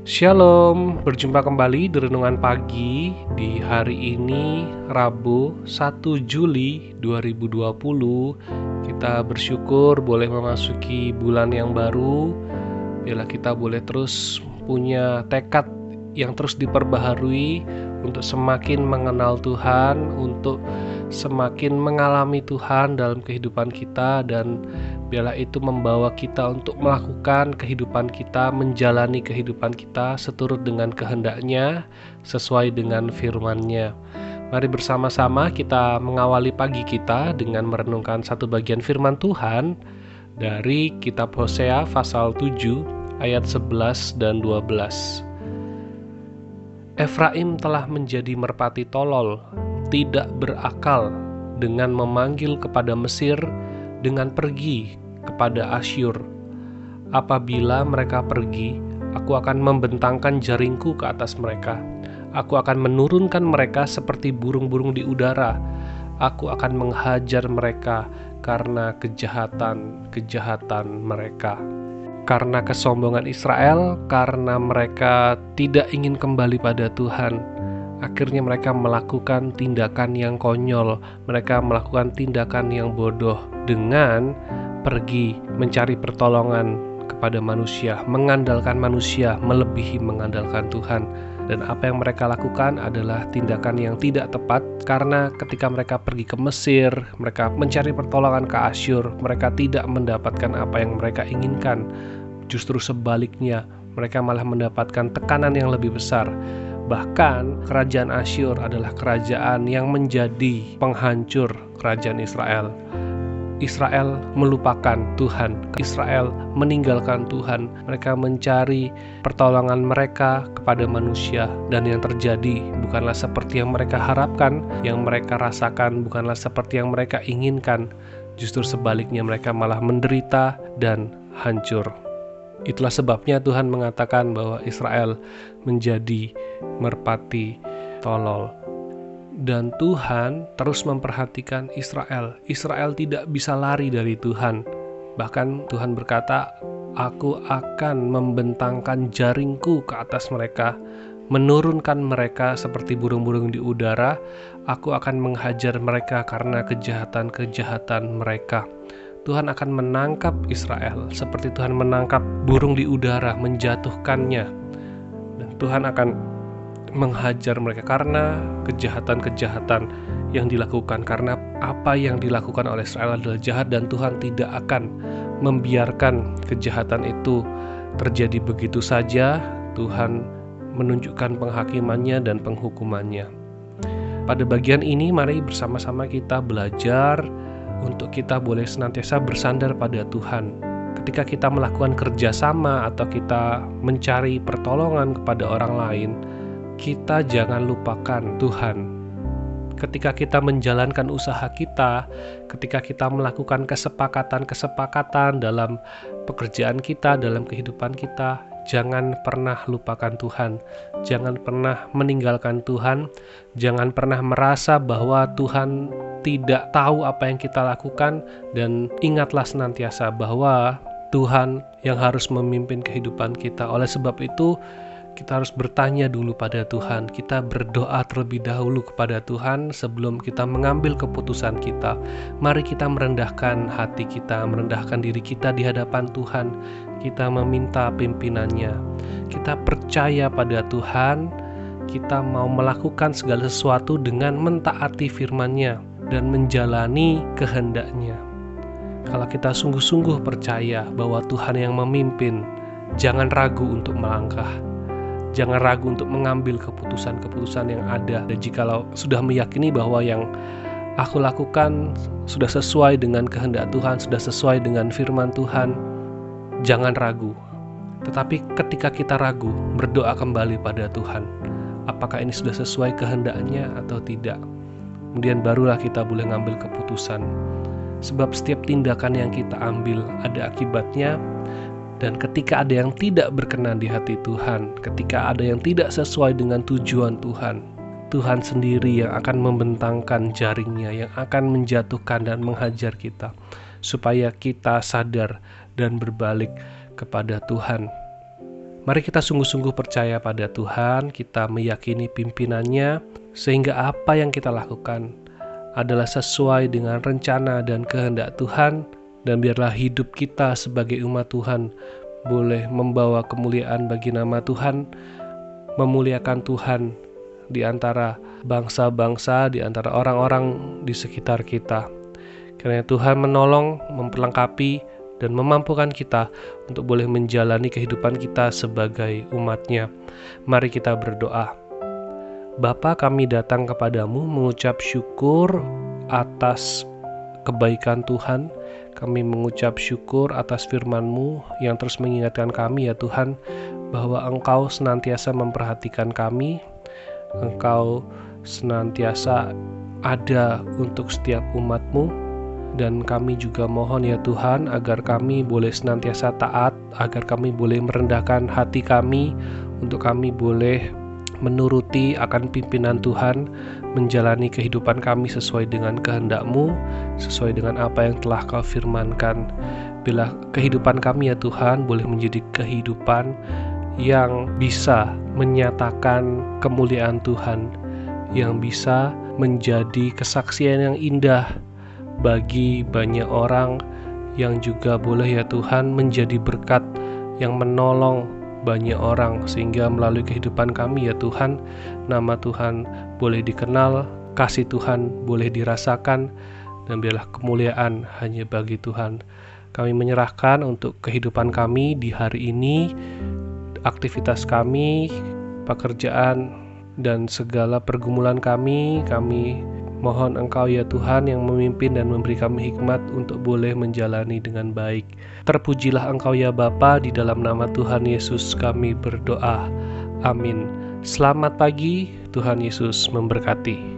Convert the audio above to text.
Shalom, berjumpa kembali di Renungan Pagi di hari ini Rabu 1 Juli 2020. Kita bersyukur boleh memasuki bulan yang baru. Bila kita boleh terus punya tekad yang terus diperbaharui untuk semakin mengenal Tuhan, untuk semakin mengalami Tuhan dalam kehidupan kita, dan biarlah itu membawa kita untuk melakukan kehidupan kita, menjalani kehidupan kita seturut dengan kehendak-Nya, sesuai dengan firman-Nya. Mari bersama-sama kita mengawali pagi kita dengan merenungkan satu bagian firman Tuhan dari kitab Hosea pasal 7 ayat 11 dan 12. Efraim telah menjadi merpati tolol, tidak berakal, dengan memanggil kepada Mesir, dengan pergi kepada Asyur. Apabila mereka pergi, aku akan membentangkan jaringku ke atas mereka. Aku akan menurunkan mereka seperti burung-burung di udara. Aku akan menghajar mereka karena kejahatan mereka. Karena kesombongan Israel, karena mereka tidak ingin kembali pada Tuhan, akhirnya mereka melakukan tindakan yang konyol, mereka melakukan tindakan yang bodoh dengan pergi mencari pertolongan kepada manusia, mengandalkan manusia melebihi mengandalkan Tuhan. Dan apa yang mereka lakukan adalah tindakan yang tidak tepat, karena ketika mereka pergi ke Mesir, mereka mencari pertolongan ke Asyur, mereka tidak mendapatkan apa yang mereka inginkan. Justru sebaliknya, mereka malah mendapatkan tekanan yang lebih besar. Bahkan kerajaan Asyur adalah kerajaan yang menjadi penghancur kerajaan Israel. Israel melupakan Tuhan, Israel meninggalkan Tuhan. Mereka mencari pertolongan mereka kepada manusia, dan yang terjadi bukanlah seperti yang mereka harapkan, yang mereka rasakan bukanlah seperti yang mereka inginkan. Justru sebaliknya, mereka malah menderita dan hancur. Itulah sebabnya Tuhan mengatakan bahwa Israel menjadi merpati tolol. Dan Tuhan terus memperhatikan Israel. Israel tidak bisa lari dari Tuhan. Bahkan Tuhan berkata, aku akan membentangkan jaringku ke atas mereka, menurunkan mereka seperti burung-burung di udara. Aku akan menghajar mereka karena kejahatan mereka. Tuhan akan menangkap Israel seperti Tuhan menangkap burung di udara, menjatuhkannya. Dan Tuhan akan menghajar mereka karena kejahatan yang dilakukan. Karena apa yang dilakukan oleh Israel adalah jahat, dan Tuhan tidak akan membiarkan kejahatan itu terjadi begitu saja. Tuhan menunjukkan penghakimannya dan penghukumannya. Pada bagian ini mari bersama-sama kita belajar untuk kita boleh senantiasa bersandar pada Tuhan. Ketika kita melakukan kerjasama atau kita mencari pertolongan kepada orang lain, kita jangan lupakan Tuhan. Ketika kita menjalankan usaha kita, ketika kita melakukan kesepakatan dalam pekerjaan kita, dalam kehidupan kita, jangan pernah lupakan Tuhan. Jangan pernah meninggalkan Tuhan. Jangan pernah merasa bahwa Tuhan tidak tahu apa yang kita lakukan. Dan ingatlah senantiasa bahwa Tuhan yang harus memimpin kehidupan kita. Oleh sebab itu, kita harus bertanya dulu pada Tuhan. Kita berdoa terlebih dahulu kepada Tuhan sebelum kita mengambil keputusan kita. Mari kita merendahkan hati kita, merendahkan diri kita di hadapan Tuhan. Kita meminta pimpinannya. Kita percaya pada Tuhan. Kita mau melakukan segala sesuatu dengan mentaati firman-Nya dan menjalani kehendak-Nya. Kalau kita sungguh-sungguh percaya bahwa Tuhan yang memimpin, jangan ragu untuk melangkah. Jangan ragu untuk mengambil keputusan-keputusan yang ada. Dan jikalau sudah meyakini bahwa yang aku lakukan sudah sesuai dengan kehendak Tuhan, sudah sesuai dengan firman Tuhan, jangan ragu. Tetapi ketika kita ragu, berdoa kembali pada Tuhan. Apakah ini sudah sesuai kehendak-Nya atau tidak? Kemudian barulah kita boleh ngambil keputusan. Sebab setiap tindakan yang kita ambil ada akibatnya. Dan ketika ada yang tidak berkenan di hati Tuhan, ketika ada yang tidak sesuai dengan tujuan Tuhan, Tuhan sendiri yang akan membentangkan jaringnya, yang akan menjatuhkan dan menghajar kita, supaya kita sadar dan berbalik kepada Tuhan. Mari kita sungguh-sungguh percaya pada Tuhan, kita meyakini pimpinannya, sehingga apa yang kita lakukan adalah sesuai dengan rencana dan kehendak Tuhan, dan biarlah hidup kita sebagai umat Tuhan boleh membawa kemuliaan bagi nama Tuhan, memuliakan Tuhan di antara bangsa-bangsa, di antara orang-orang di sekitar kita. Karena Tuhan menolong, memperlengkapi, dan memampukan kita untuk boleh menjalani kehidupan kita sebagai umat-Nya. Mari kita berdoa. Bapa, kami datang kepadamu mengucap syukur atas kebaikan Tuhan. Kami mengucap syukur atas firman-Mu yang terus mengingatkan kami ya Tuhan, bahwa Engkau senantiasa memperhatikan kami, Engkau senantiasa ada untuk setiap umat-Mu. Dan kami juga mohon ya Tuhan agar kami boleh senantiasa taat, agar kami boleh merendahkan hati kami, untuk kami boleh menuruti akan pimpinan Tuhan, menjalani kehidupan kami sesuai dengan kehendak-Mu, sesuai dengan apa yang telah Kau firmankan. Bila kehidupan kami ya Tuhan boleh menjadi kehidupan yang bisa menyatakan kemuliaan Tuhan, yang bisa menjadi kesaksian yang indah bagi banyak orang, yang juga boleh ya Tuhan menjadi berkat yang menolong banyak orang, sehingga melalui kehidupan kami ya Tuhan, nama Tuhan boleh dikenal, kasih Tuhan boleh dirasakan, dan biarlah kemuliaan hanya bagi Tuhan. Kami menyerahkan untuk kehidupan kami di hari ini, aktivitas kami, pekerjaan, dan segala pergumulan kami mohon Engkau ya Tuhan yang memimpin dan memberi kami hikmat untuk boleh menjalani dengan baik. Terpujilah Engkau ya Bapa, di dalam nama Tuhan Yesus kami berdoa. Amin. Selamat pagi, Tuhan Yesus memberkati.